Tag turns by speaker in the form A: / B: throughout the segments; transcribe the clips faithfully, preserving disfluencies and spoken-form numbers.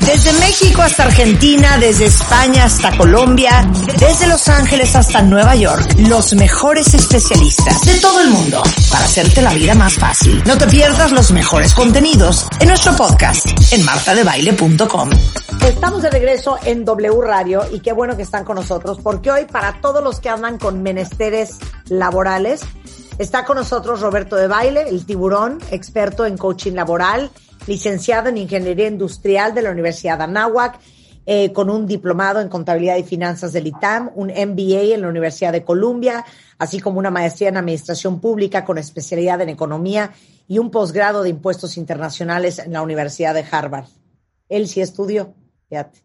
A: Desde México hasta Argentina, desde España hasta Colombia, desde Los Ángeles hasta Nueva York, los mejores especialistas de todo el mundo para hacerte la vida más fácil. No te pierdas los mejores contenidos en nuestro podcast en marta de baile punto com. Estamos de regreso en W Radio y qué bueno que están con nosotros porque hoy para todos los que andan con menesteres laborales está con nosotros Roberto de Baile, el tiburón, experto en coaching laboral, licenciado en Ingeniería Industrial de la Universidad de Anáhuac, eh, con un diplomado en Contabilidad y Finanzas del I T A M, un M B A en la Universidad de Columbia, así como una maestría en Administración Pública con especialidad en Economía y un posgrado de Impuestos Internacionales en la Universidad de Harvard. Él sí estudió, fíjate.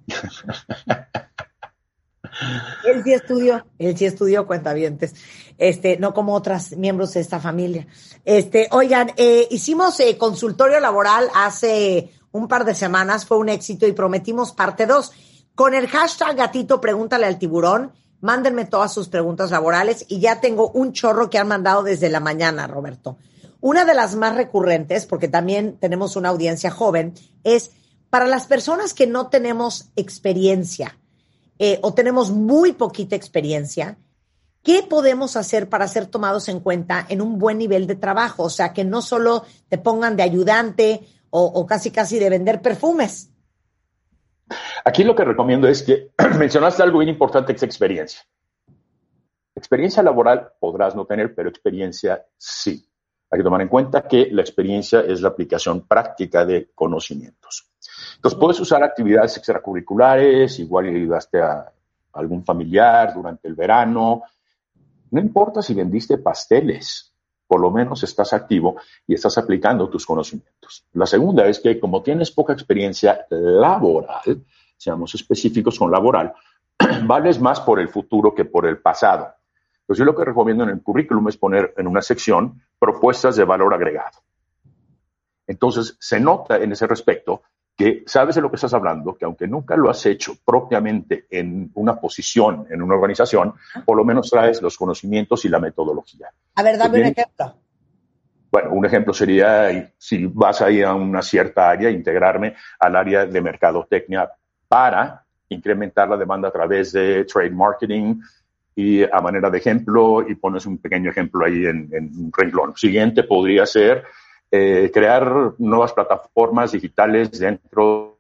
A: Él sí estudió, él sí estudió, cuentavientes. Este, no como otros miembros de esta familia. Este, oigan, eh, hicimos eh, consultorio laboral hace un par de semanas, fue un éxito y prometimos parte dos. Con el hashtag gatito pregúntale al tiburón, mándenme todas sus preguntas laborales y ya tengo un chorro que han mandado desde la mañana, Roberto. Una de las más recurrentes, porque también tenemos una audiencia joven, es para las personas que no tenemos experiencia, Eh, o tenemos muy poquita experiencia, ¿qué podemos hacer para ser tomados en cuenta en un buen nivel de trabajo? O sea, que no solo te pongan de ayudante o, o casi casi de vender perfumes.
B: Aquí lo que recomiendo es que mencionaste algo bien importante, que es experiencia. Experiencia laboral podrás no tener, pero experiencia sí. Hay que tomar en cuenta que la experiencia es la aplicación práctica de conocimientos. Entonces, puedes usar actividades extracurriculares, igual ayudaste a algún familiar durante el verano. No importa si vendiste pasteles, por lo menos estás activo y estás aplicando tus conocimientos. La segunda es que como tienes poca experiencia laboral, seamos específicos con laboral, vales más por el futuro que por el pasado. Entonces, yo lo que recomiendo en el currículum es poner en una sección propuestas de valor agregado. Entonces, se nota en ese respecto que sabes de lo que estás hablando, que aunque nunca lo has hecho propiamente en una posición, en una organización, por lo menos traes los conocimientos y la metodología.
A: A ver, dame un ejemplo.
B: Bueno, un ejemplo sería, si vas a ir a una cierta área, integrarme al área de mercadotecnia para incrementar la demanda a través de trade marketing y a manera de ejemplo, y pones un pequeño ejemplo ahí en, en un renglón. Siguiente podría ser Eh, crear nuevas plataformas digitales dentro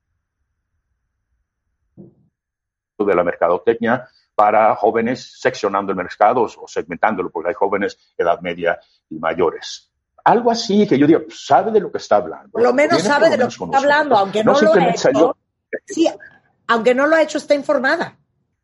B: de la mercadotecnia para jóvenes, seccionando el mercado o segmentándolo, porque hay jóvenes de edad media y mayores. Algo así que yo digo, sabe de lo que está hablando.
A: Por lo menos sabe de lo que está hablando, aunque no, no lo ha hecho. Salió. Sí, aunque no lo ha hecho, está informada.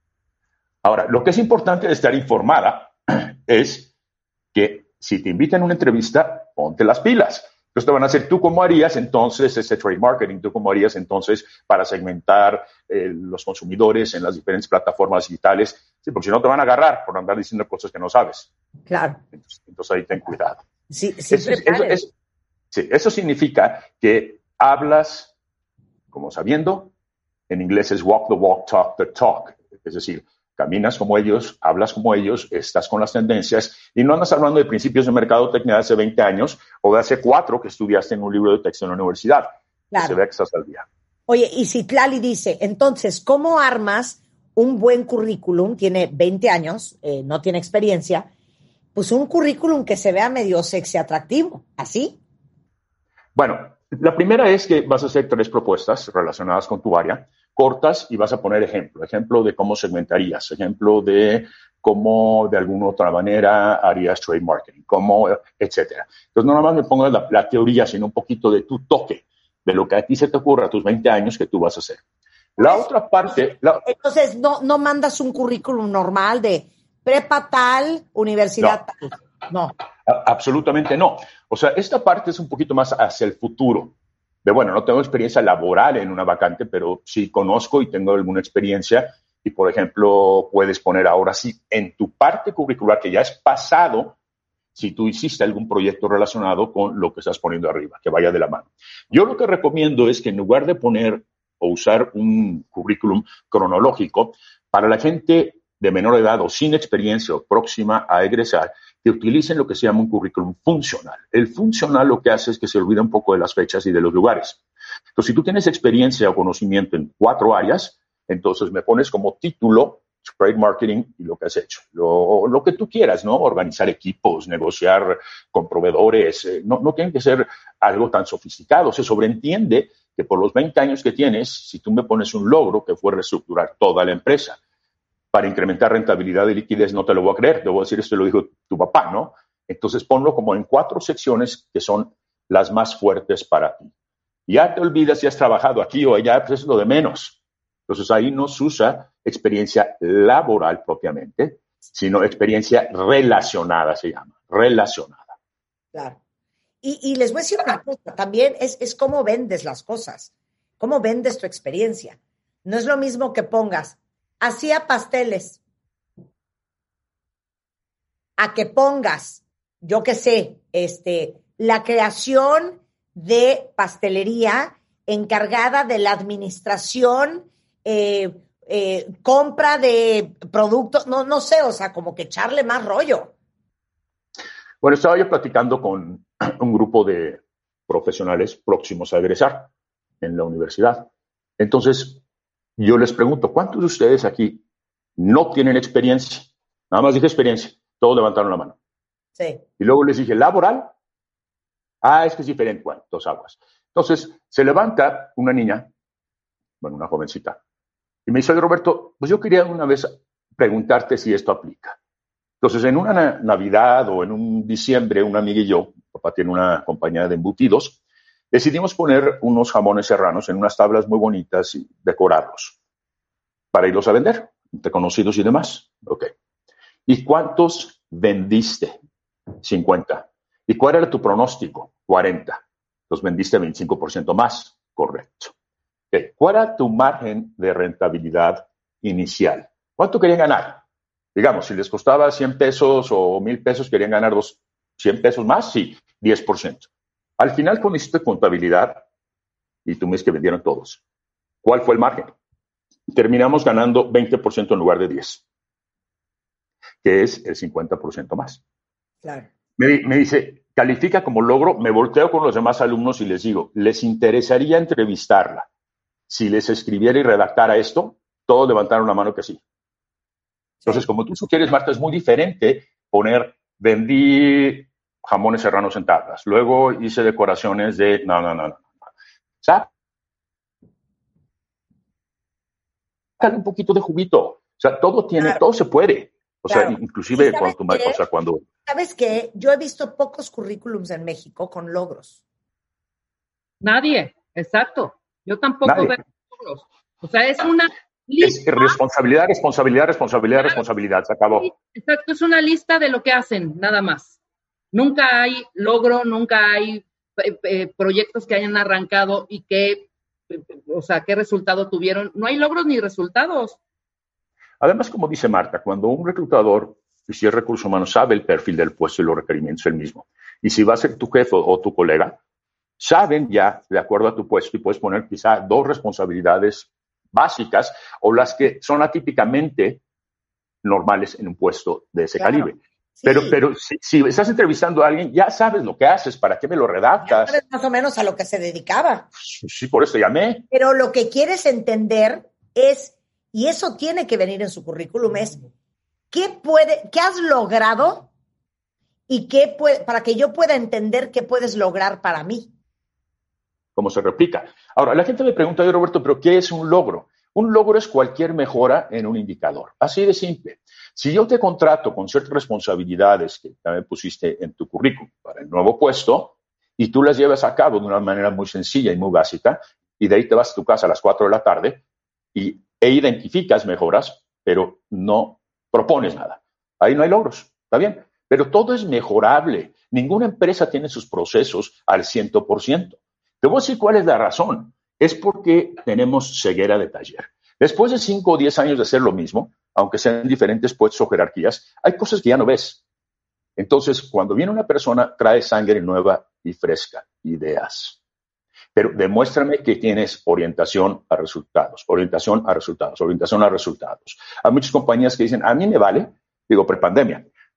B: Ahora, lo que es importante de estar informada es que si te invitan a una entrevista, ponte las pilas. Entonces te van a hacer, ¿tú cómo harías entonces ese trade marketing? ¿Tú cómo harías entonces para segmentar eh, los consumidores en las diferentes plataformas digitales? Sí, porque si no te van a agarrar por andar diciendo cosas que no sabes.
A: Claro.
B: Entonces, entonces ahí ten cuidado.
A: Sí, sí,
B: eso, eso, eso, sí, eso significa que hablas como sabiendo. En inglés es walk the walk, talk the talk. Es decir, caminas como ellos, hablas como ellos, estás con las tendencias y no andas hablando de principios de mercadotecnia de hace veinte años o de hace cuatro que estudiaste en un libro de texto en la universidad. Claro. Que se vea que estás al día.
A: Oye, y si Tlali dice, entonces, ¿cómo armas un buen currículum? Tiene veinte años, eh, no tiene experiencia, pues un currículum que se vea medio sexy atractivo, ¿así?
B: Bueno, la primera es que vas a hacer tres propuestas relacionadas con tu área, cortas, y vas a poner ejemplo, ejemplo de cómo segmentarías, ejemplo de cómo de alguna otra manera harías trade marketing, cómo, etcétera. Entonces, no nada más me pongas la, la teoría, sino un poquito de tu toque, de lo que a ti se te ocurra a tus veinte años que tú vas a hacer. La pues, otra parte... La,
A: entonces, no, no mandas un currículum normal de prepa tal, universidad
B: no,
A: tal. No.
B: A, absolutamente no. O sea, esta parte es un poquito más hacia el futuro. De, bueno, no tengo experiencia laboral en una vacante, pero sí conozco y tengo alguna experiencia. Y, por ejemplo, puedes poner ahora sí en tu parte curricular, que ya es pasado, si tú hiciste algún proyecto relacionado con lo que estás poniendo arriba, que vaya de la mano. Yo lo que recomiendo es que en lugar de poner o usar un currículum cronológico, para la gente de menor edad o sin experiencia o próxima a egresar, que utilicen lo que se llama un currículum funcional. El funcional lo que hace es que se olvida un poco de las fechas y de los lugares. Entonces, si tú tienes experiencia o conocimiento en cuatro áreas, entonces me pones como título trade marketing y lo que has hecho. Lo, lo que tú quieras, ¿no? Organizar equipos, negociar con proveedores. Eh, no, no tiene que ser algo tan sofisticado. Se sobreentiende que por los veinte años que tienes, si tú me pones un logro que fue reestructurar toda la empresa para incrementar rentabilidad y liquidez, no te lo voy a creer. Te voy a decir, esto lo dijo tu papá, ¿no? Entonces ponlo como en cuatro secciones que son las más fuertes para ti. Ya te olvidas si has trabajado aquí o allá, pues es lo de menos. Entonces ahí no se usa experiencia laboral propiamente, sino experiencia relacionada, se llama, relacionada.
A: Claro. Y, y les voy a decir una cosa, también es, es cómo vendes las cosas, cómo vendes tu experiencia. No es lo mismo que pongas, hacía pasteles, a que pongas, yo qué sé, este, la creación de pastelería encargada de la administración, eh, eh, compra de productos, no, no sé, o sea, como que echarle más rollo.
B: Bueno, estaba yo platicando con un grupo de profesionales próximos a egresar en la universidad. Entonces, yo les pregunto, ¿cuántos de ustedes aquí no tienen experiencia? Nada más dije experiencia. Todos levantaron la mano.
A: Sí.
B: Y luego les dije, ¿laboral? Ah, es que es diferente. Bueno, dos aguas. Entonces, se levanta una niña, bueno, una jovencita, y me dice, oye, Roberto, pues yo quería una vez preguntarte si esto aplica. Entonces, en una Navidad o en un diciembre, una amiga y yo, papá tiene una compañía de embutidos, decidimos poner unos jamones serranos en unas tablas muy bonitas y decorarlos para irlos a vender, entre conocidos y demás. Ok. ¿Y cuántos vendiste? cincuenta. ¿Y cuál era tu pronóstico? cuarenta. Los vendiste veinticinco por ciento más. Correcto. Okay. ¿Cuál era tu margen de rentabilidad inicial? ¿Cuánto querían ganar? Digamos, si les costaba cien pesos o mil pesos, querían ganar dos, cien pesos más, sí, diez por ciento. Al final, cuando hiciste contabilidad, y tú me dices que vendieron todos, ¿cuál fue el margen? Terminamos ganando veinte por ciento en lugar de diez, que es el cincuenta por ciento más.
A: Claro.
B: Me, me dice, califica como logro, me volteo con los demás alumnos y les digo, ¿les interesaría entrevistarla? Si les escribiera y redactara esto, todos levantaron la mano que sí. Entonces, como tú sugieres, Marta, es muy diferente poner, vendí jamones serranos en tablas, luego hice decoraciones de, no, no, no, no. ¿Sabes? Dale un poquito de juguito. O sea, todo tiene,
A: claro.
B: todo se puede. O
A: claro.
B: sea, inclusive cuando tú,
A: qué?
B: o sea, cuando...
A: ¿Sabes qué? Yo he visto pocos currículums en México con logros.
C: Nadie, exacto. Yo tampoco
B: Nadie.
C: veo logros. O sea, es una
B: lista. Es responsabilidad, responsabilidad, responsabilidad, claro. responsabilidad. Se acabó.
C: Sí, exacto, es una lista de lo que hacen, nada más. Nunca hay logro, nunca hay eh, eh, proyectos que hayan arrancado y que, eh, o sea, qué resultado tuvieron. No hay logros ni resultados.
B: Además, como dice Marta, cuando un reclutador, y si es recursos humanos, sabe el perfil del puesto y los requerimientos el mismo, y si va a ser tu jefe o tu colega, saben ya, de acuerdo a tu puesto, y puedes poner quizá dos responsabilidades básicas o las que son atípicamente normales en un puesto de ese claro. calibre. Sí. Pero, pero si, si estás entrevistando a alguien, ya sabes lo que haces, ¿para qué me lo redactas?
A: Ya sabes más o menos a lo que se dedicaba.
B: Sí, por eso llamé.
A: Pero lo que quieres entender es, y eso tiene que venir en su currículum, es qué puede, qué has logrado y qué puede, para que yo pueda entender qué puedes lograr para mí.
B: Cómo se replica. Ahora, la gente me pregunta, oye, Roberto, ¿pero qué es un logro? Un logro es cualquier mejora en un indicador. Así de simple. Si yo te contrato con ciertas responsabilidades que también pusiste en tu currículum para el nuevo puesto y tú las llevas a cabo de una manera muy sencilla y muy básica y de ahí te vas a tu casa a las cuatro de la tarde y, e identificas mejoras, pero no propones nada. Ahí no hay logros. ¿Está bien? Pero todo es mejorable. Ninguna empresa tiene sus procesos al cien por ciento. Te voy a decir cuál es la razón. Es porque tenemos ceguera de taller. Después de cinco o diez años de hacer lo mismo, aunque sean diferentes puestos o jerarquías, hay cosas que ya no ves. Entonces, cuando viene una persona, trae sangre nueva y fresca, ideas. Pero demuéstrame que tienes orientación a resultados, orientación a resultados, orientación a resultados. Hay muchas compañías que dicen, a mí me vale, digo, prepandemia,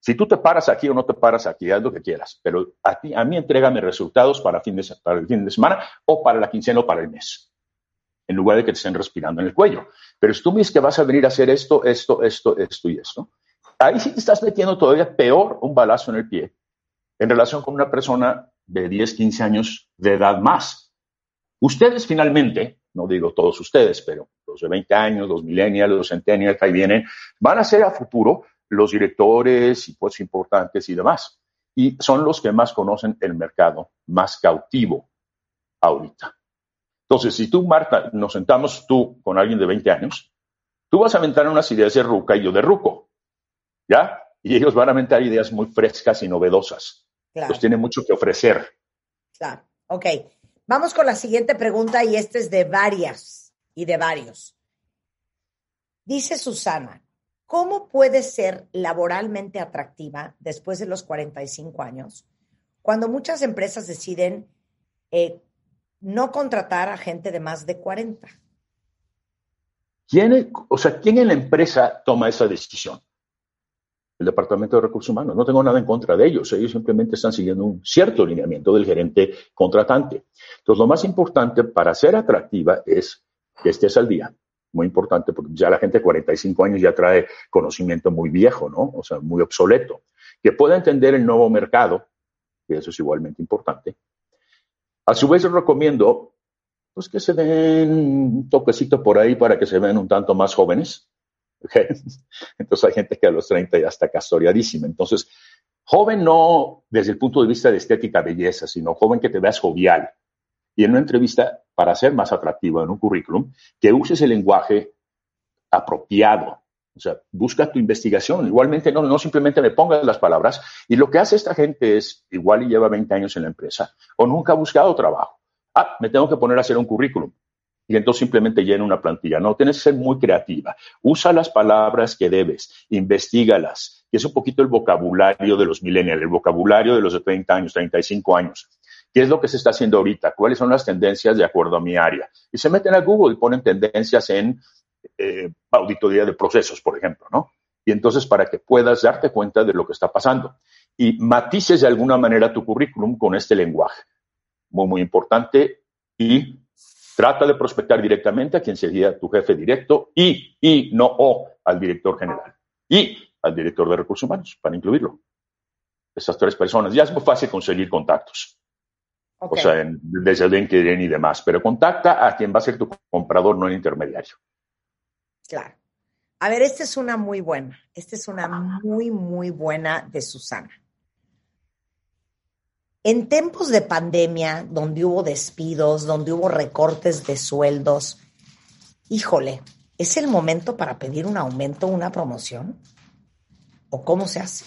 B: Si tú te paras aquí o no te paras aquí, haz lo que quieras, pero a, ti, a mí entrégame resultados para, fin de, para el fin de semana o para la quincena o para el mes, en lugar de que te estén respirando en el cuello. Pero si tú me dices que vas a venir a hacer esto, esto, esto, esto y esto, ahí sí te estás metiendo todavía peor un balazo en el pie en relación con una persona de diez, quince años de edad más. Ustedes finalmente, no digo todos ustedes, pero los de veinte años, los millennials, los centennials que ahí vienen, van a ser a futuro los directores y puestos importantes y demás. Y son los que más conocen el mercado, más cautivo ahorita. Entonces, si tú, Marta, nos sentamos tú con alguien de veinte años, tú vas a aventar unas ideas de ruca y yo de ruco, ¿ya? Y ellos van a aventar ideas muy frescas y novedosas.
A: Claro.
B: Pues tienen mucho que ofrecer.
A: Claro, ok. Vamos con la siguiente pregunta y esta es de varias y de varios. Dice Susana, ¿cómo puede ser laboralmente atractiva después de los cuarenta y cinco años cuando muchas empresas deciden eh, no contratar a gente de más de cuarenta?
B: ¿Quién, o sea, ¿quién en la empresa toma esa decisión? El Departamento de Recursos Humanos. No tengo nada en contra de ellos. Ellos simplemente están siguiendo un cierto lineamiento del gerente contratante. Entonces, lo más importante para ser atractiva es que estés al día. Muy importante, porque ya la gente de cuarenta y cinco años ya trae conocimiento muy viejo, ¿no? O sea, muy obsoleto. Que pueda entender el nuevo mercado, que eso es igualmente importante. A su vez, les recomiendo pues, que se den un toquecito por ahí para que se vean un tanto más jóvenes. ¿Okay? Entonces, hay gente que a los treinta ya está castoreadísima. Entonces, joven no desde el punto de vista de estética, belleza, sino joven que te veas jovial. Y en una entrevista, para ser más atractivo en un currículum, que uses el lenguaje apropiado. O sea, busca tu investigación. Igualmente, no, no simplemente me pongas las palabras. Y lo que hace esta gente es, igual y lleva veinte años en la empresa, o nunca ha buscado trabajo. Ah, me tengo que poner a hacer un currículum. Y entonces simplemente llena una plantilla. No, tienes que ser muy creativa. Usa las palabras que debes. Investígalas. Que es un poquito el vocabulario de los millennials, el vocabulario de los de treinta años, treinta y cinco años. ¿Qué es lo que se está haciendo ahorita? ¿Cuáles son las tendencias de acuerdo a mi área? Y se meten a Google y ponen tendencias en eh, auditoría de procesos, por ejemplo, ¿no? Y entonces para que puedas darte cuenta de lo que está pasando. Y matices de alguna manera tu currículum con este lenguaje. Muy, muy importante. Y trata de prospectar directamente a quien sería tu jefe directo y, y no o al director general. Y al director de recursos humanos, para incluirlo. Esas tres personas. Ya es muy fácil conseguir contactos. Okay. O sea, en, desde LinkedIn y demás. Pero contacta a quien va a ser tu comprador, no el intermediario.
A: Claro. A ver, esta es una muy buena. Esta es una muy, muy buena de Susana. En tiempos de pandemia, donde hubo despidos, donde hubo recortes de sueldos, híjole, ¿es el momento para pedir un aumento o una promoción? ¿O cómo se hace?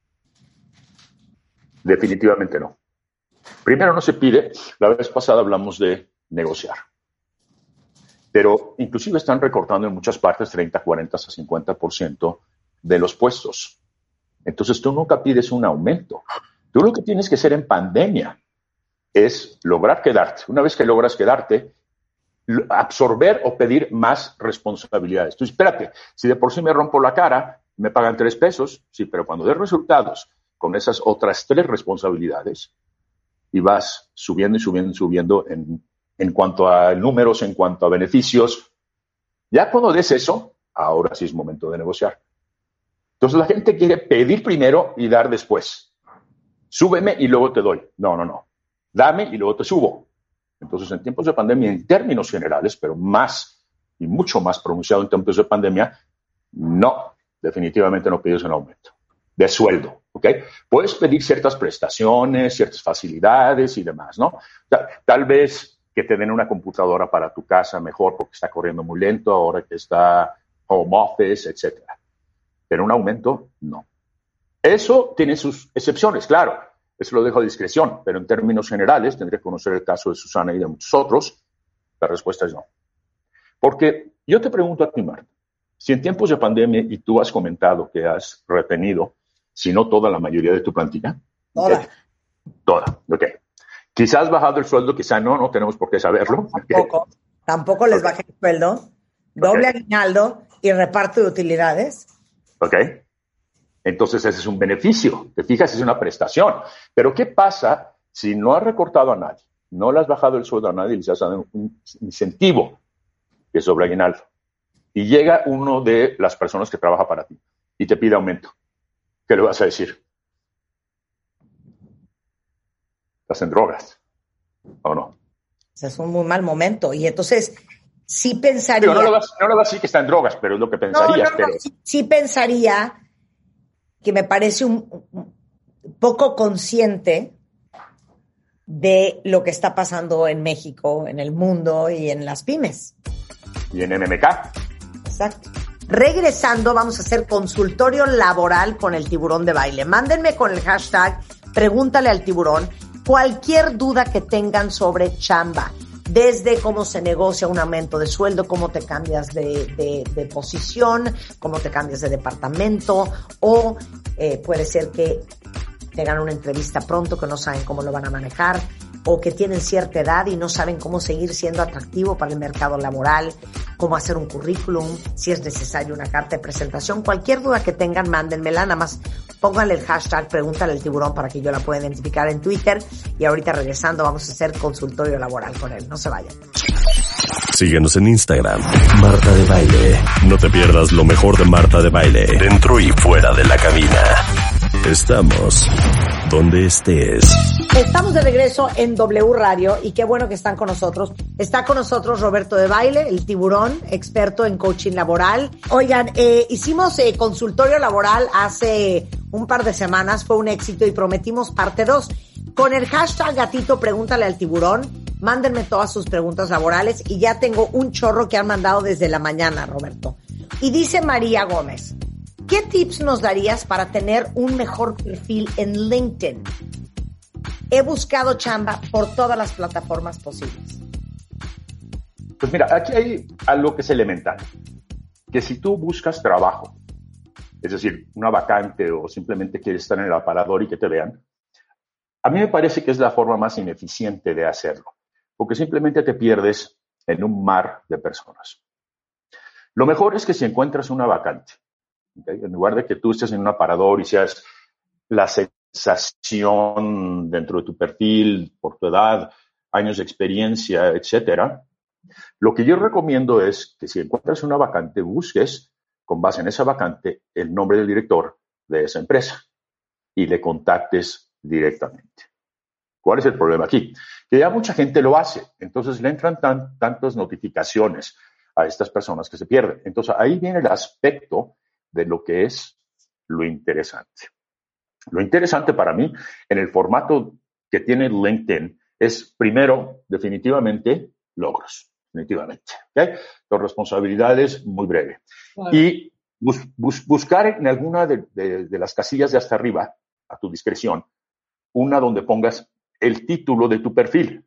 B: Definitivamente no. Primero no se pide, la vez pasada hablamos de negociar, pero inclusive están recortando en muchas partes treinta, cuarenta, hasta cincuenta por ciento de los puestos. Entonces tú nunca pides un aumento. Tú lo que tienes que hacer en pandemia es lograr quedarte. Una vez que logras quedarte, absorber o pedir más responsabilidades. Tú espérate, si de por sí me rompo la cara, me pagan tres pesos, sí, pero cuando des resultados con esas otras tres responsabilidades, y vas subiendo y subiendo y subiendo en, en cuanto a números, en cuanto a beneficios. Ya cuando des eso, ahora sí es momento de negociar. Entonces la gente quiere pedir primero y dar después. Súbeme y luego te doy. No, no, no. Dame y luego te subo. Entonces en tiempos de pandemia, en términos generales, pero más y mucho más pronunciado en tiempos de pandemia, no, definitivamente no pides un aumento de sueldo, ¿ok? Puedes pedir ciertas prestaciones, ciertas facilidades y demás, ¿no? Tal vez que te den una computadora para tu casa mejor porque está corriendo muy lento, ahora que está home office, etcétera. Pero un aumento, no. Eso tiene sus excepciones, claro. Eso lo dejo a discreción, pero en términos generales, tendría que conocer el caso de Susana y de muchos otros, la respuesta es no. Porque yo te pregunto a ti, Marta, si en tiempos de pandemia, y tú has comentado que has retenido, si no toda, la mayoría de tu plantilla.
A: Toda.
B: Okay. Toda, ok. Quizás has bajado el sueldo, quizás no, no tenemos por qué saberlo.
A: Tampoco, okay. Tampoco les okay. Bajé el sueldo, doble okay. aguinaldo y reparto de utilidades.
B: Ok. Entonces ese es un beneficio, te fijas, es una prestación. Pero ¿qué pasa si no has recortado a nadie, no le has bajado el sueldo a nadie y les has dado un incentivo que es sobre aguinaldo? Y llega uno de las personas que trabaja para ti y te pide aumento. ¿Qué le vas a decir? Estás en drogas, ¿o no?
A: Es un muy mal momento. Y entonces, sí pensaría...
B: Digo, no, lo vas, no lo vas a decir que está en drogas, pero es lo que pensarías.
A: No, no, no,
B: pero...
A: sí, sí pensaría que me parece un, un poco consciente de lo que está pasando en México, en el mundo y en las pymes.
B: Y en M M K.
A: Exacto. Regresando, vamos a hacer consultorio laboral con el tiburón de baile. Mándenme con el hashtag Pregúntale al Tiburón cualquier duda que tengan sobre chamba, desde cómo se negocia un aumento de sueldo, cómo te cambias de, de, de posición, cómo te cambias de departamento, o eh, puede ser que tengan una entrevista pronto que no saben cómo lo van a manejar, o que tienen cierta edad y no saben cómo seguir siendo atractivo para el mercado laboral, cómo hacer un currículum, si es necesario una carta de presentación. Cualquier duda que tengan, mándenmela, nada más pónganle el hashtag Pregúntale al Tiburón para que yo la pueda identificar en Twitter. Y ahorita regresando vamos a hacer consultorio laboral con él. No se vayan.
D: Síguenos en Instagram, Marta de Baile. No te pierdas lo mejor de Marta de Baile, dentro y fuera de la cabina. Estamos donde estés.
A: Estamos de regreso en W Radio y qué bueno que están con nosotros. Está con nosotros Roberto de Baile, el tiburón, experto en coaching laboral. Oigan, eh, hicimos eh, consultorio laboral hace un par de semanas, fue un éxito y prometimos parte dos. Con el hashtag gatito pregúntale al tiburón, mándenme todas sus preguntas laborales y ya tengo un chorro que han mandado desde la mañana, Roberto. Y dice María Gómez, ¿qué tips nos darías para tener un mejor perfil en LinkedIn? He buscado chamba por todas las plataformas posibles.
B: Pues mira, aquí hay algo que es elemental, que si tú buscas trabajo, es decir, una vacante o simplemente quieres estar en el aparador y que te vean, a mí me parece que es la forma más ineficiente de hacerlo, porque simplemente te pierdes en un mar de personas. Lo mejor es que si encuentras una vacante, ¿okay? En lugar de que tú estés en un aparador y seas la sensación dentro de tu perfil, por tu edad, años de experiencia, etcétera, lo que yo recomiendo es que si encuentras una vacante, busques, con base en esa vacante, el nombre del director de esa empresa y le contactes directamente. ¿Cuál es el problema aquí? Que ya mucha gente lo hace, entonces le entran tan, tantas notificaciones a estas personas que se pierden. Entonces ahí viene el aspecto de lo que es lo interesante. Lo interesante para mí, en el formato que tiene LinkedIn, es primero, definitivamente, logros, definitivamente. ¿Okay? Las responsabilidades, muy breve. Wow. Y bus, bus, buscar en alguna de, de, de las casillas de hasta arriba, a tu discreción, una donde pongas el título de tu perfil.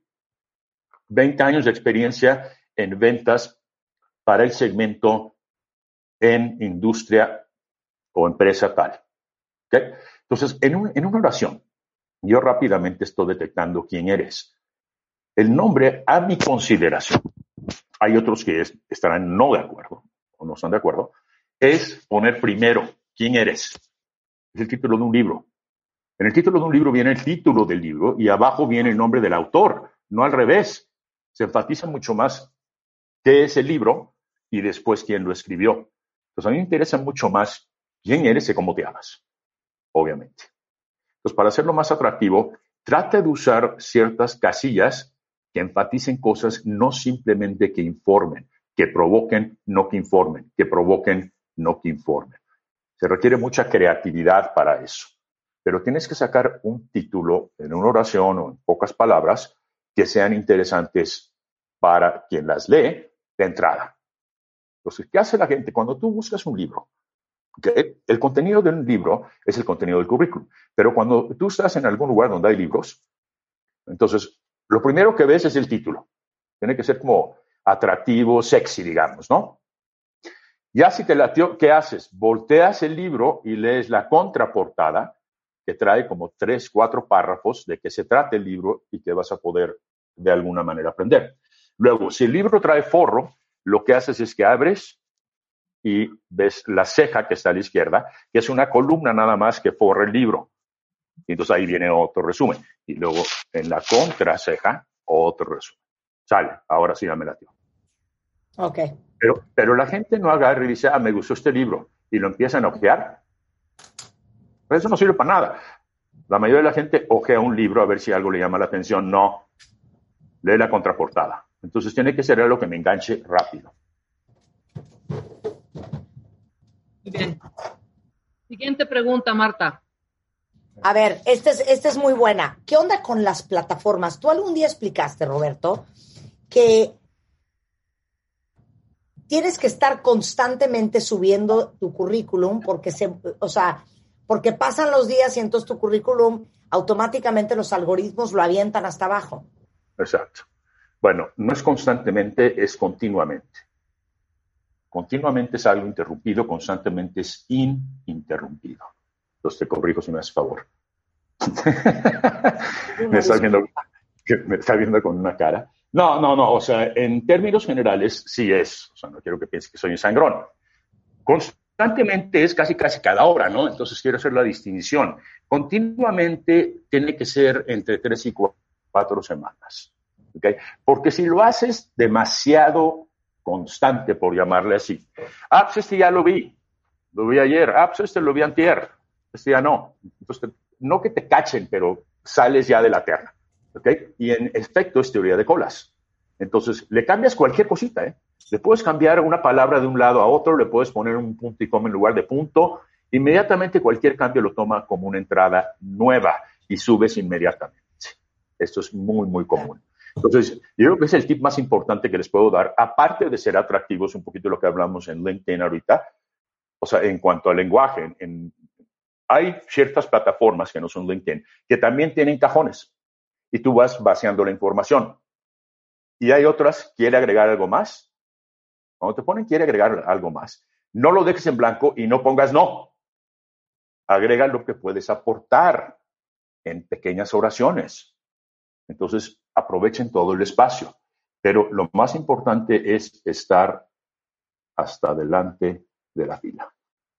B: veinte años de experiencia en ventas para el segmento en industria o empresa tal. ¿Okay? Entonces, en, un, en una oración, yo rápidamente estoy detectando quién eres. El nombre, a mi consideración, hay otros que es, estarán no de acuerdo o no están de acuerdo, es poner primero quién eres. Es el título de un libro. En el título de un libro viene el título del libro y abajo viene el nombre del autor, no al revés. Se enfatiza mucho más qué es el libro y después quién lo escribió. Entonces, a mí me interesa mucho más quién eres y cómo te llamas, obviamente. Entonces, para hacerlo más atractivo, trata de usar ciertas casillas que enfaticen cosas, no simplemente que informen, que provoquen, no que informen, que provoquen, no que informen. Se requiere mucha creatividad para eso. Pero tienes que sacar un título en una oración o en pocas palabras que sean interesantes para quien las lee de entrada. Entonces, ¿qué hace la gente cuando tú buscas un libro? ¿Okay? El contenido de un libro es el contenido del currículum. Pero cuando tú estás en algún lugar donde hay libros, entonces, lo primero que ves es el título. Tiene que ser como atractivo, sexy, digamos, ¿no? Ya si te latió, ¿qué haces? Volteas el libro y lees la contraportada, que trae como tres, cuatro párrafos de qué se trata el libro y que vas a poder de alguna manera aprender. Luego, si el libro trae forro, lo que haces es que abres y ves la ceja que está a la izquierda, que es una columna nada más que forra el libro. Y entonces ahí viene otro resumen. Y luego en la contraceja, otro resumen. Sale, ahora sí ya me latió.
A: Ok.
B: Pero, pero la gente no agarra y dice, ah, me gustó este libro, y lo empiezan a ojear. Pero eso no sirve para nada. La mayoría de la gente ojea un libro a ver si algo le llama la atención. No, lee la contraportada. Entonces tiene que ser algo que me enganche rápido.
C: Muy bien. Siguiente pregunta, Marta.
A: A ver, esta es, esta es muy buena. ¿Qué onda con las plataformas? Tú algún día explicaste, Roberto, que tienes que estar constantemente subiendo tu currículum porque se, o sea, porque pasan los días y entonces tu currículum automáticamente los algoritmos lo avientan hasta abajo.
B: Exacto. Bueno, no es constantemente, es continuamente. Continuamente es algo interrumpido, constantemente es ininterrumpido. Entonces te corrijo si me haces favor. me, está viendo, me está viendo con una cara. No, no, no. O sea, en términos generales sí es. O sea, no quiero que pienses que soy un sangrón. Constantemente es casi, casi cada hora, ¿no? Entonces quiero hacer la distinción. Continuamente tiene que ser entre tres y cuatro semanas. ¿Okay? Porque si lo haces demasiado constante, por llamarle así. Ah, pues este ya lo vi. Lo vi ayer. Ah, pues este lo vi antier. Este ya no. Entonces, no que te cachen, pero sales ya de la terna. ¿Okay? Y en efecto es teoría de colas. Entonces, le cambias cualquier cosita, ¿eh? Le puedes cambiar una palabra de un lado a otro, le puedes poner un punto y coma en lugar de punto. Inmediatamente cualquier cambio lo toma como una entrada nueva y subes inmediatamente. Esto es muy, muy común. Entonces, yo creo que es el tip más importante que les puedo dar, aparte de ser atractivos, un poquito lo que hablamos en LinkedIn ahorita, o sea, en cuanto al lenguaje. En, en, hay ciertas plataformas que no son LinkedIn que también tienen cajones y tú vas vaciando la información. Y hay otras, quiere agregar algo más. Cuando te ponen quiere agregar algo más, no lo dejes en blanco y no pongas no. Agrega lo que puedes aportar en pequeñas oraciones. Entonces, aprovechen todo el espacio. Pero lo más importante es estar hasta adelante de la fila.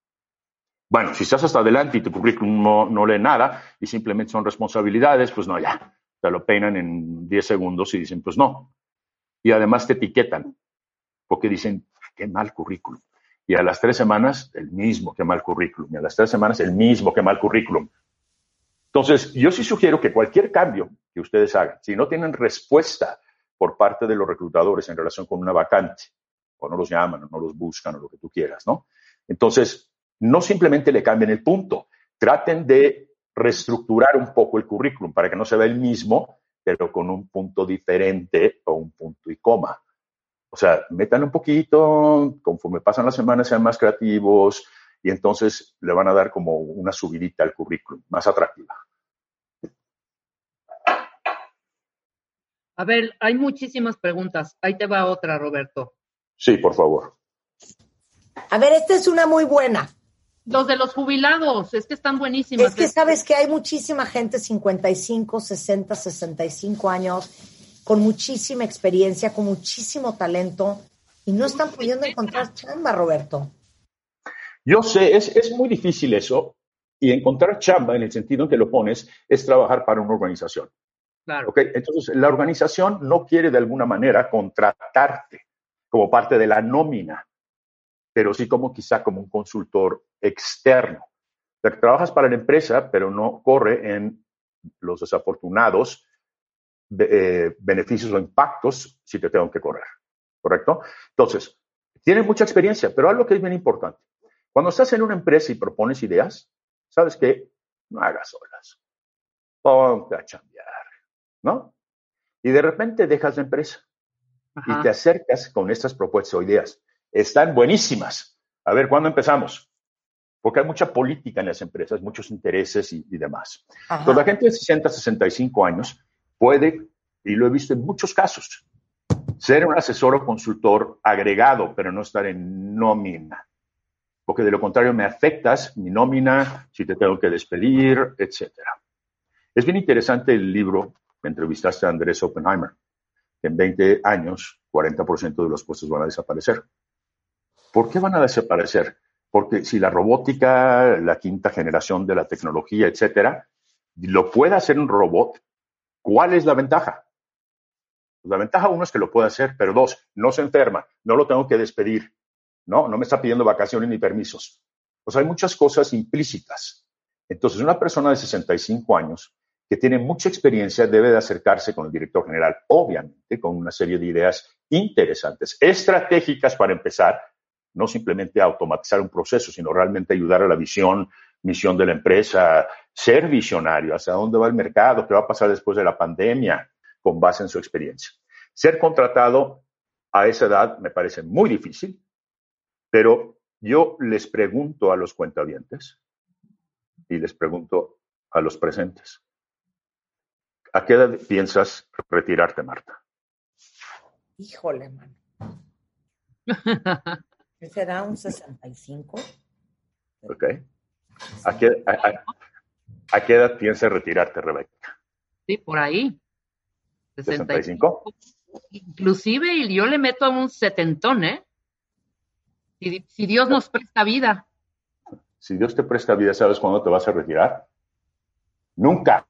B: Bueno, si estás hasta adelante y tu currículum no, no lee nada y simplemente son responsabilidades, pues no, ya. Te lo peinan en diez segundos y dicen, pues no. Y además te etiquetan, porque dicen, qué mal currículum. Y a las tres semanas, el mismo, qué mal currículum. Y a las tres semanas, el mismo, qué mal currículum. Entonces, yo sí sugiero que cualquier cambio que ustedes hagan, si no tienen respuesta por parte de los reclutadores en relación con una vacante, o no los llaman, o no los buscan, o lo que tú quieras, ¿no? Entonces, no simplemente le cambien el punto. Traten de reestructurar un poco el currículum para que no se vea el mismo, pero con un punto diferente o un punto y coma. O sea, metan un poquito, conforme pasan las semanas sean más creativos y entonces le van a dar como una subidita al currículum, más atractiva.
C: A ver, hay muchísimas preguntas. Ahí te va otra, Roberto.
B: Sí, por favor.
A: A ver, esta es una muy buena.
C: Los de los jubilados, es que están buenísimas.
A: Es que sabes que hay muchísima gente, cincuenta y cinco, sesenta, sesenta y cinco años, con muchísima experiencia, con muchísimo talento, y no están pudiendo encontrar chamba, Roberto.
B: Yo sé, es, es muy difícil eso, y encontrar chamba, en el sentido en que lo pones, es trabajar para una organización.
C: Claro.
B: ¿Okay? Entonces, la organización no quiere de alguna manera contratarte como parte de la nómina, pero sí como quizá como un consultor externo. O sea, que trabajas para la empresa, pero no corre en los desafortunados eh, beneficios o impactos si te tengo que correr, ¿correcto? Entonces, tienen mucha experiencia, pero algo que es bien importante. Cuando estás en una empresa y propones ideas, ¿sabes qué? No hagas olas. Ponte a chambear, ¿no? Y de repente dejas la empresa. Ajá. Y te acercas con estas propuestas o ideas. Están buenísimas. A ver, ¿cuándo empezamos? Porque hay mucha política en las empresas, muchos intereses y, y demás. Ajá. Entonces, la gente de sesenta, sesenta y cinco años puede, y lo he visto en muchos casos, ser un asesor o consultor agregado, pero no estar en nómina. Porque de lo contrario me afectas mi nómina, si te tengo que despedir, etcétera. Es bien interesante el libro que entrevistaste a Andrés Oppenheimer, que en veinte años, cuarenta por ciento de los puestos van a desaparecer. ¿Por qué van a desaparecer? Porque si la robótica, la quinta generación de la tecnología, etcétera, lo puede hacer un robot, ¿cuál es la ventaja? La ventaja, uno, es que lo puede hacer, pero dos, no se enferma, no lo tengo que despedir, no, no me está pidiendo vacaciones ni permisos. Pues hay muchas cosas implícitas. Entonces, una persona de sesenta y cinco años que tiene mucha experiencia debe de acercarse con el director general, obviamente, con una serie de ideas interesantes, estratégicas para empezar, no simplemente automatizar un proceso, sino realmente ayudar a la visión, misión de la empresa, ser visionario, hacia dónde va el mercado, qué va a pasar después de la pandemia, con base en su experiencia. Ser contratado a esa edad me parece muy difícil, pero yo les pregunto a los cuentavientes y les pregunto a los presentes, ¿a qué edad piensas retirarte, Marta?
A: Híjole, mano. ¿Será un sesenta y cinco?
B: Ok. ¿A qué, a, a, ¿A qué edad piensas retirarte, Rebeca?
C: Sí, por ahí.
B: ¿sesenta y cinco?
C: Inclusive, y yo le meto a un setentón, ¿eh? Si, si Dios nos presta vida.
B: Si Dios te presta vida, ¿sabes cuándo te vas a retirar? Nunca.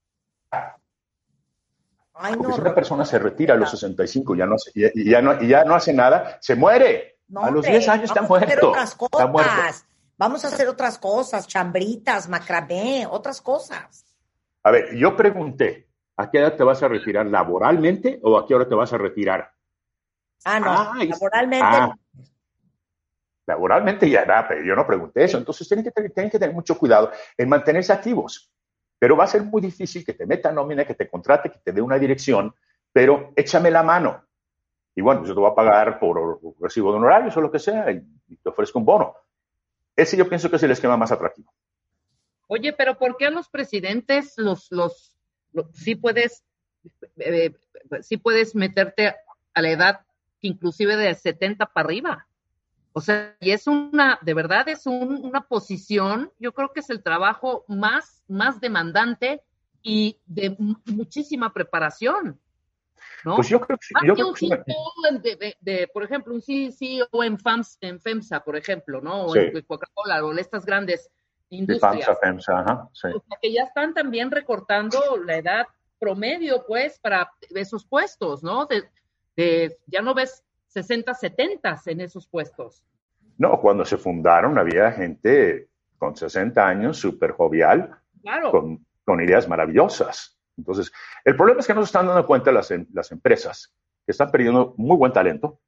A: Ay,
B: Porque
A: no,
B: si una
A: no,
B: persona se retira a los sesenta y cinco y ya no hace, y, y ya no, y ya no hace nada, se muere.
A: no,
B: a los
A: hombre,
B: diez años está
A: vamos
B: muerto.
A: A hacer otras cosas.
B: Está muerto.
A: Vamos a hacer otras cosas, chambritas, macramé, otras cosas.
B: A ver, yo pregunté, ¿a qué edad te vas a retirar laboralmente o a qué hora te vas a retirar?
A: Ah, no,
B: Ah,
A: laboralmente.
B: Ah, laboralmente ya nada, pero yo no pregunté eso. Entonces tienen que, tener, tienen que tener mucho cuidado en mantenerse activos. Pero va a ser muy difícil que te meta nómina, que te contrate, que te dé una dirección, pero échame la mano. Y bueno, yo te voy a pagar por recibo de honorarios o lo que sea y, y te ofrezco un bono. Ese yo pienso que es el esquema más atractivo.
C: Oye, pero ¿por qué a los presidentes los, los, los sí puedes, eh, sí puedes meterte a la edad inclusive de setenta para arriba? O sea, y es una, de verdad es un, una posición, yo creo que es el trabajo más, más demandante y de m- muchísima preparación, ¿no?
B: Pues yo creo que,
C: Más
B: yo
C: que
B: creo
C: un
B: que sí.
C: C E O de, de, de, por ejemplo, un C E O en, FAMS, en FEMSA, por ejemplo, ¿no? O
B: Sí.
C: en Coca-Cola, o en estas grandes
B: De
C: industrias.
B: FAMSA, FEMSA, ajá, sí.
C: O sea, que ya están también recortando la edad promedio, pues, para esos puestos, ¿no? De, de ya no ves sesenta, setenta en esos puestos.
B: No, cuando se fundaron había gente con sesenta años, súper jovial,
C: Claro.
B: con, con ideas maravillosas. Entonces, el problema es que no se están dando cuenta las, las empresas que están perdiendo muy buen talento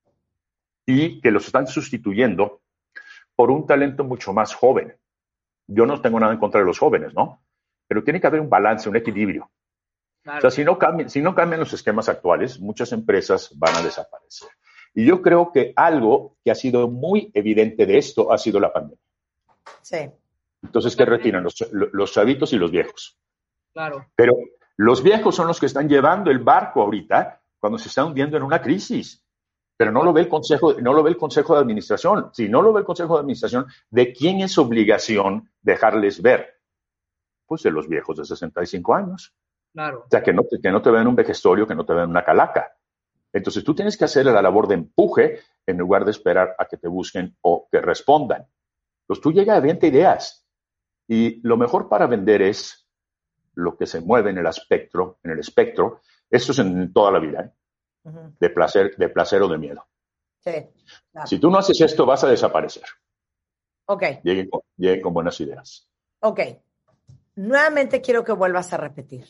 B: y que los están sustituyendo por un talento mucho más joven. Yo no tengo nada en contra de los jóvenes, ¿no? Pero tiene que haber un balance, un equilibrio.
C: Claro.
B: O sea, si no cambian, si no cambian los esquemas actuales, muchas empresas van a desaparecer. Y yo creo que algo que ha sido muy evidente de esto ha sido la pandemia.
A: Sí.
B: Entonces, ¿qué retiran? Los, los chavitos y los viejos.
C: Claro.
B: Pero los viejos son los que están llevando el barco ahorita cuando se está hundiendo en una crisis. Pero no lo ve el consejo, no lo ve el consejo de administración. Si no lo ve el consejo de administración, ¿de quién es obligación dejarles ver? Pues de los viejos de sesenta y cinco años.
C: Claro.
B: O sea, que no te, que no te vean un vejestorio, que no te vean una calaca. Entonces tú tienes que hacer la labor de empuje en lugar de esperar a que te busquen o que respondan. Entonces tú llegas a veinte ideas y lo mejor para vender es lo que se mueve en el espectro, en el espectro. Esto es en toda la vida, ¿eh? Uh-huh. de, placer, de placer o de miedo.
A: Sí, claro.
B: Si tú no haces esto, vas a desaparecer.
A: Ok.
B: Lleguen con, lleguen con buenas ideas.
A: Ok. Nuevamente quiero que vuelvas a repetir.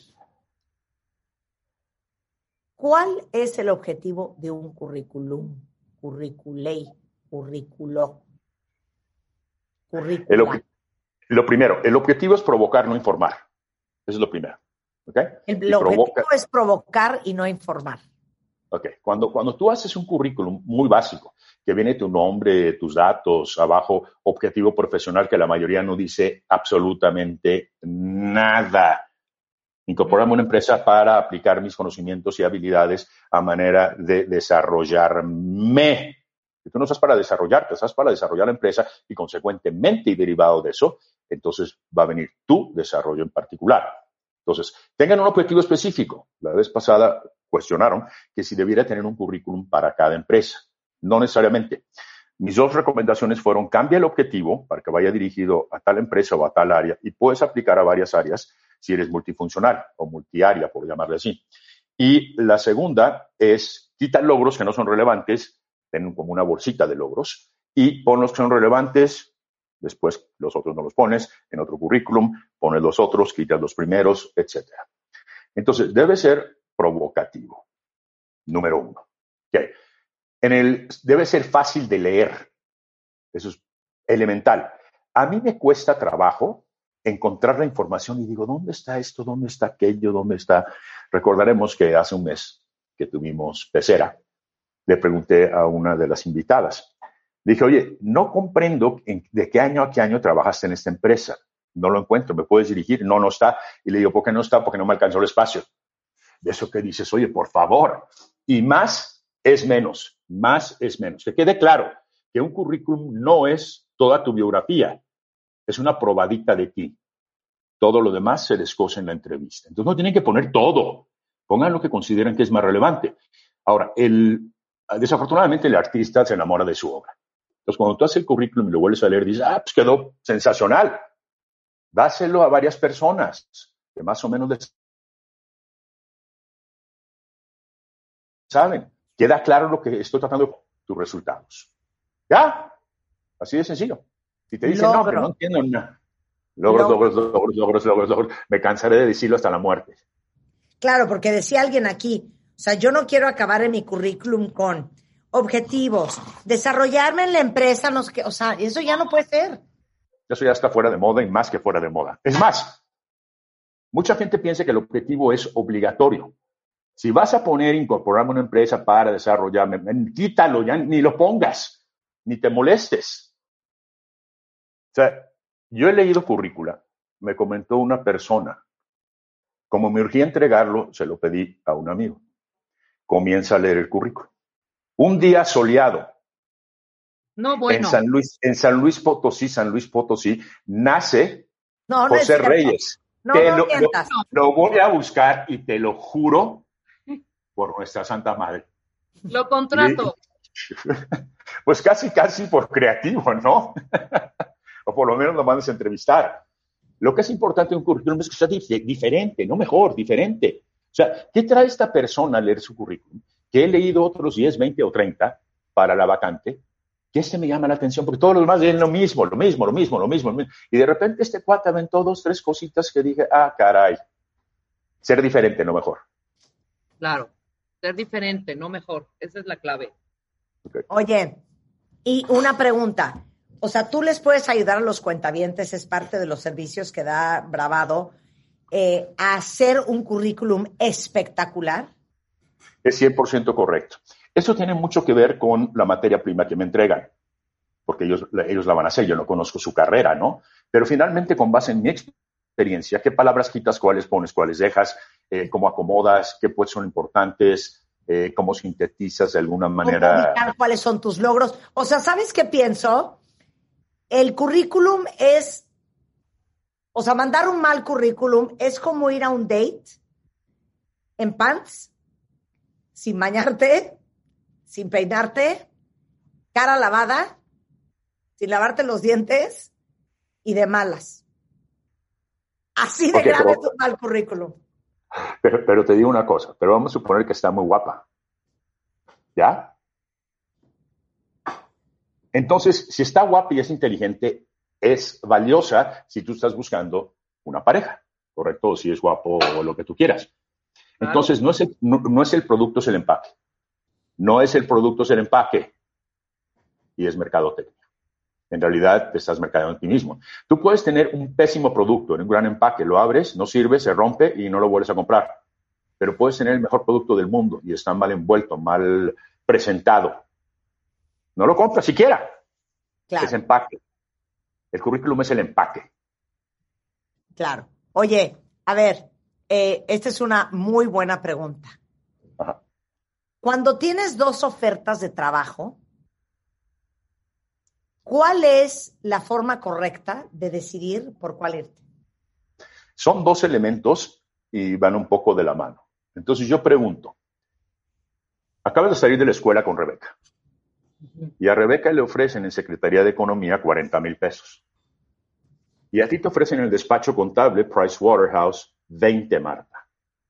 A: ¿Cuál es el objetivo de un currículum? Curriculei, currículo.
B: El ob- lo primero, el objetivo es provocar, no informar. Eso es lo primero. ¿Okay?
A: El, el objetivo provoca... es provocar y no informar.
B: Ok. Cuando, cuando tú haces un currículum muy básico, que viene tu nombre, tus datos, abajo, objetivo profesional, que la mayoría no dice absolutamente nada. Incorporarme a una empresa para aplicar mis conocimientos y habilidades a manera de desarrollarme. Si tú no estás para desarrollarte, estás para desarrollar la empresa y consecuentemente y derivado de eso, entonces va a venir tu desarrollo en particular. Entonces, tengan un objetivo específico. La vez pasada cuestionaron que si debiera tener un currículum para cada empresa. No necesariamente. Mis dos recomendaciones fueron: cambia el objetivo para que vaya dirigido a tal empresa o a tal área, y puedes aplicar a varias áreas si eres multifuncional o multiárea, por llamarle así. Y la segunda es: quita logros que no son relevantes, ten como una bolsita de logros, y pon los que son relevantes, después los otros no los pones, en otro currículum, pones los otros, quitas los primeros, etcétera. Entonces, debe ser provocativo, número uno. Okay. En el, debe ser fácil de leer, eso es elemental. A mí me cuesta trabajo encontrar la información y digo, ¿dónde está esto? ¿Dónde está aquello? ¿Dónde está? Recordaremos que hace un mes que tuvimos Pecera, le pregunté a una de las invitadas, dije, oye, no comprendo en, de qué año a qué año trabajaste en esta empresa. No lo encuentro, ¿me puedes dirigir? No, no está. Y le digo, ¿por qué no está? Porque no me alcanzó el espacio. De eso que dices, oye, por favor. Y más es menos, más es menos. Que quede claro que un currículum no es toda tu biografía, es una probadita de ti. Todo lo demás se descoce en la entrevista. Entonces no tienen que poner todo, pongan lo que consideren que es más relevante. Ahora, el, desafortunadamente el artista se enamora de su obra. Entonces cuando tú haces el currículum y lo vuelves a leer, dices, ah, pues quedó sensacional. Dáselo a varias personas que más o menos les saben. Queda claro lo que estoy tratando de tus resultados. ¿Ya? Así de sencillo. Si te dicen, no, que no entiendo nada. Logros, logros, logros, logros, logros, logros. Me cansaré de decirlo hasta la muerte.
A: Claro, porque decía alguien aquí, o sea, yo no quiero acabar en mi currículum con objetivos, desarrollarme en la empresa, no sé qué, o sea, eso ya no puede ser.
B: Eso ya está fuera de moda y más que fuera de moda. Es más, mucha gente piensa que el objetivo es obligatorio. Si vas a poner, incorporarme a una empresa para desarrollarme, quítalo, ya ni lo pongas, ni te molestes. O sea, yo he leído currícula, me comentó una persona, como me urgía entregarlo, se lo pedí a un amigo. Comienza a leer el currículo. Un día soleado.
C: No, bueno.
B: En San Luis, en San Luis Potosí, San Luis Potosí, nace
A: no, no
B: José Reyes.
A: No,
B: te
A: no
B: lo, lo, lo voy a buscar y te lo juro por nuestra Santa Madre.
C: Lo contrato.
B: Pues casi, casi por creativo, ¿no? O por lo menos lo mandas a entrevistar. Lo que es importante en un currículum es que sea dif- diferente, no mejor, diferente. O sea, ¿qué trae esta persona a leer su currículum? Que he leído otros diez, veinte o treinta para la vacante, que este me llama la atención, porque todos los demás leen lo mismo, lo mismo, lo mismo, lo mismo, lo mismo. Y de repente este cuate aventó dos, tres cositas que dije, ah, caray, ser diferente, no mejor.
C: Claro, ser diferente, no mejor. Esa es la clave.
A: Okay. Oye, y una pregunta. O sea, tú les puedes ayudar a los cuentavientes, es parte de los servicios que da Bravado, eh, a hacer un currículum espectacular.
B: Es cien por ciento correcto. Eso tiene mucho que ver con la materia prima que me entregan, porque ellos, ellos la van a hacer, yo no conozco su carrera, ¿no? Pero finalmente, con base en mi experiencia, ¿qué palabras quitas, cuáles pones, cuáles dejas, eh, cómo acomodas, qué pues son importantes, eh, cómo sintetizas de alguna manera?
A: Comunicar cuáles son tus logros. O sea, ¿sabes qué pienso? El currículum es, o sea, mandar un mal currículum es como ir a un date en pants, sin bañarte, sin peinarte, cara lavada, sin lavarte los dientes y de malas. Así de okay, grave pero, es un mal currículum.
B: Pero, pero te digo una cosa, pero vamos a suponer que está muy guapa. ¿Ya? Entonces, si está guapa y es inteligente, es valiosa si tú estás buscando una pareja, ¿correcto? O si es guapo o lo que tú quieras. Entonces, no es el, no, no es el producto, es el empaque. No es el producto, es el empaque. Y es mercadotecnia. En realidad, te estás mercadeando a ti mismo. Tú puedes tener un pésimo producto en un gran empaque, lo abres, no sirve, se rompe y no lo vuelves a comprar. Pero puedes tener el mejor producto del mundo y está mal envuelto, mal presentado. No lo compras siquiera. Claro. Es empaque. El currículum es el empaque.
A: Claro. Oye, a ver, eh, esta es una muy buena pregunta. Ajá. Cuando tienes dos ofertas de trabajo, ¿cuál es la forma correcta de decidir por cuál irte?
B: Son dos elementos y van un poco de la mano. Entonces yo pregunto, acabas de salir de la escuela con Rebeca. Y a Rebeca le ofrecen en Secretaría de Economía cuarenta mil pesos. Y a ti te ofrecen en el despacho contable Pricewaterhouse veinte, Marta.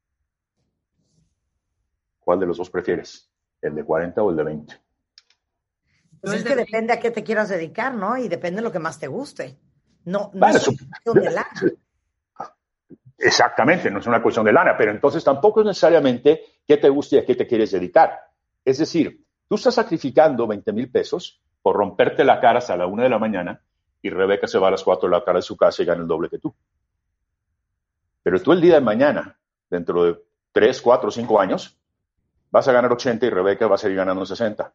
B: ¿Cuál de los dos prefieres? ¿El de cuarenta o el de veinte?
A: Pues es que depende a qué te quieras dedicar, ¿no? Y depende de lo que más te guste. No, no
B: Vale,
A: es una cuestión de lana.
B: Exactamente, no es una cuestión de lana, pero entonces tampoco es necesariamente qué te gusta y a qué te quieres dedicar. Es decir, tú estás sacrificando veinte mil pesos por romperte la cara hasta la una de la mañana y Rebeca se va a las cuatro de la tarde de su casa y gana el doble que tú. Pero tú el día de mañana, dentro de tres, cuatro, cinco años, vas a ganar ochenta y Rebeca va a seguir ganando sesenta.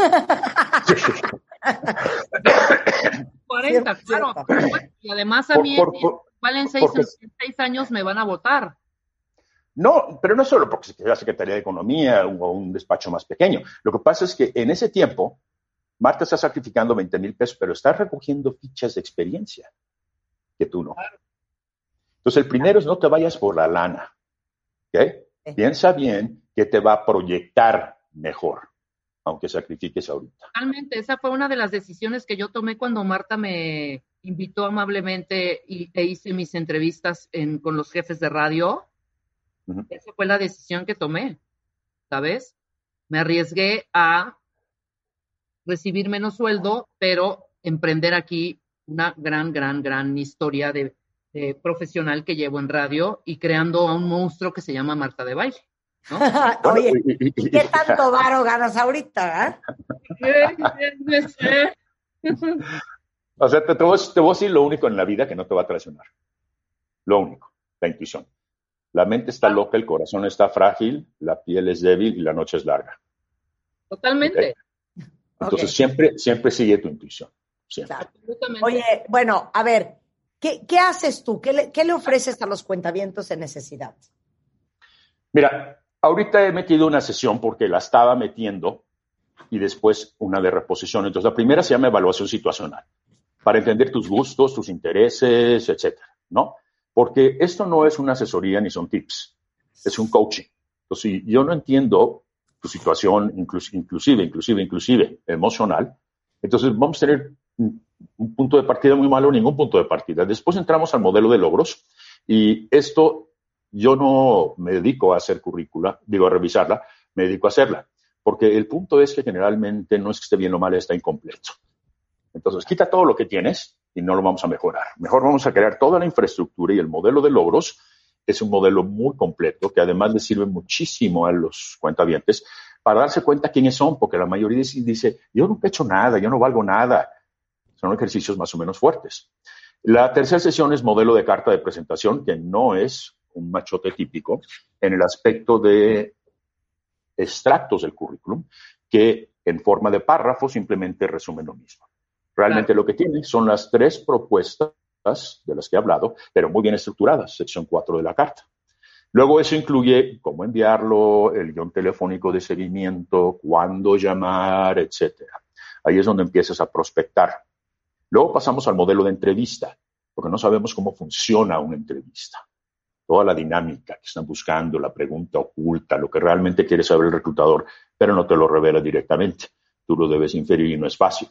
C: cuarenta, claro. Y además a mí, en seis, seis años me van a votar.
B: No, pero no solo porque se queda Secretaría de Economía o un despacho más pequeño. Lo que pasa es que en ese tiempo, Marta está sacrificando veinte mil pesos, pero está recogiendo fichas de experiencia que tú no. Entonces, el primero es no te vayas por la lana. ¿Okay? Piensa bien que te va a proyectar mejor, aunque sacrifiques ahorita.
C: Realmente, esa fue una de las decisiones que yo tomé cuando Marta me invitó amablemente y, e hice mis entrevistas en, con los jefes de radio. Uh-huh. Esa fue la decisión que tomé, ¿sabes? Me arriesgué a recibir menos sueldo, pero emprender aquí una gran, gran, gran historia de, de profesional que llevo en radio y creando a un monstruo que se llama Marta de Baile, ¿no?
A: Oye, ¿y qué tanto varo ganas ahorita? ¿eh?
B: O sea, te, te, voy, te voy a decir lo único en la vida que no te va a traicionar. Lo único, la intuición. La mente está loca, el corazón está frágil, la piel es débil y la noche es larga.
C: Totalmente.
B: ¿Okay? Entonces, okay. siempre, siempre sigue tu intuición. Siempre.
A: Oye, bueno, a ver, ¿qué, qué haces tú? ¿Qué le, ¿Qué le ofreces a los cuentavientos en necesidad?
B: Mira, ahorita he metido una sesión porque la estaba metiendo y después una de reposición. Entonces, la primera se llama evaluación situacional, para entender tus gustos, tus intereses, etcétera, ¿no? Porque esto no es una asesoría ni son tips, es un coaching. Entonces, si yo no entiendo tu situación, inclusive, inclusive, inclusive, inclusive emocional, entonces vamos a tener un, un punto de partida muy malo o ningún punto de partida. Después entramos al modelo de logros y esto yo no me dedico a hacer currícula, digo a revisarla, me dedico a hacerla. Porque el punto es que generalmente no es que esté bien o mal, está incompleto. Entonces, quita todo lo que tienes y no lo vamos a mejorar. Mejor vamos a crear toda la infraestructura y el modelo de logros es un modelo muy completo que además le sirve muchísimo a los cuentavientes para darse cuenta quiénes son, porque la mayoría dice, yo nunca he hecho nada, yo no valgo nada. Son ejercicios más o menos fuertes. La tercera sesión es modelo de carta de presentación, que no es un machote típico en el aspecto de extractos del currículum que en forma de párrafo simplemente resumen lo mismo. Realmente claro. Lo que tiene son las tres propuestas de las que he hablado, pero muy bien estructuradas, sección cuatro de la carta. Luego eso incluye cómo enviarlo, el guión telefónico de seguimiento, cuándo llamar, etcétera. Ahí es donde empiezas a prospectar. Luego pasamos al modelo de entrevista, porque no sabemos cómo funciona una entrevista. Toda la dinámica que están buscando, la pregunta oculta, lo que realmente quiere saber el reclutador, pero no te lo revela directamente. Tú lo debes inferir y no es fácil.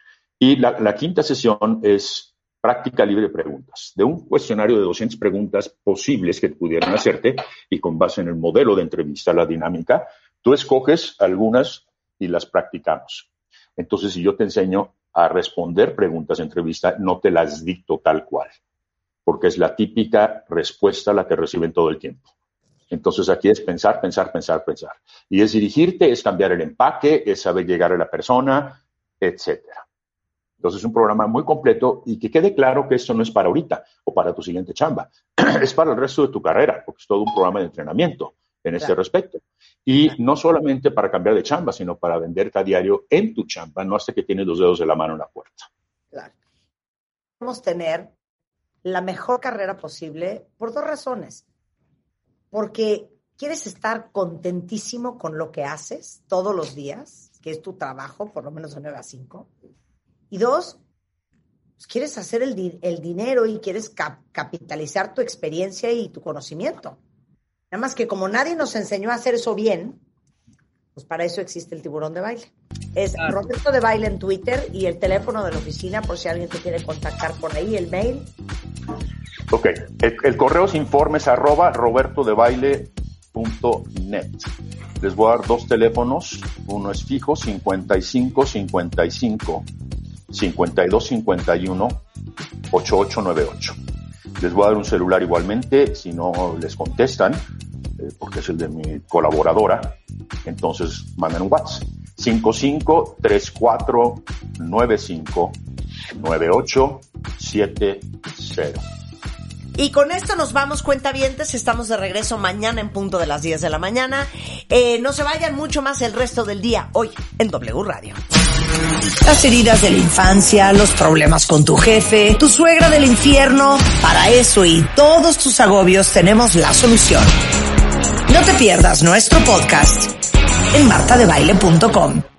B: Y la, la quinta sesión es práctica libre de preguntas. De un cuestionario de doscientas preguntas posibles que pudieran hacerte y con base en el modelo de entrevista, la dinámica, tú escoges algunas y las practicamos. Entonces, si yo te enseño a responder preguntas de entrevista, no te las dicto tal cual, porque es la típica respuesta la que reciben todo el tiempo. Entonces aquí es pensar, pensar, pensar, pensar. Y es dirigirte, es cambiar el empaque, es saber llegar a la persona, etcétera. Entonces es un programa muy completo y que quede claro que esto no es para ahorita o para tu siguiente chamba. Es para el resto de tu carrera, porque es todo un programa de entrenamiento en este claro. respecto. Y claro. no solamente para cambiar de chamba, sino para venderte a diario en tu chamba, no hasta que tienes los dedos de la mano en la puerta.
A: Claro. Podemos tener la mejor carrera posible por dos razones. Porque quieres estar contentísimo con lo que haces todos los días, que es tu trabajo, por lo menos de nueve a cinco. Y dos, pues quieres hacer el, di- el dinero y quieres cap- capitalizar tu experiencia y tu conocimiento. Nada más que como nadie nos enseñó a hacer eso bien, Pues para eso existe el Tiburón de Baile. Es claro. Roberto de Baile en Twitter y el teléfono de la oficina por si alguien te quiere contactar por ahí, el mail.
B: Ok, el, el correo es informes arroba robertodebaile punto net. Les voy a dar dos teléfonos, uno es fijo, cincuenta y cinco, cincuenta y cinco, cincuenta y dos, cincuenta y uno, ochenta y ocho noventa y ocho. Les voy a dar un celular igualmente, si no les contestan, eh, porque es el de mi colaboradora, entonces manden un WhatsApp. cinco cinco tres cuatro nueve cinco nueve ocho siete cero.
A: Y con esto nos vamos, cuentavientes. Estamos de regreso mañana en punto de las diez de la mañana. Eh, no se vayan mucho más el resto del día hoy en W Radio. Las heridas de la infancia, los problemas con tu jefe, tu suegra del infierno. Para eso y todos tus agobios tenemos la solución. No te pierdas nuestro podcast en marta de baile punto com.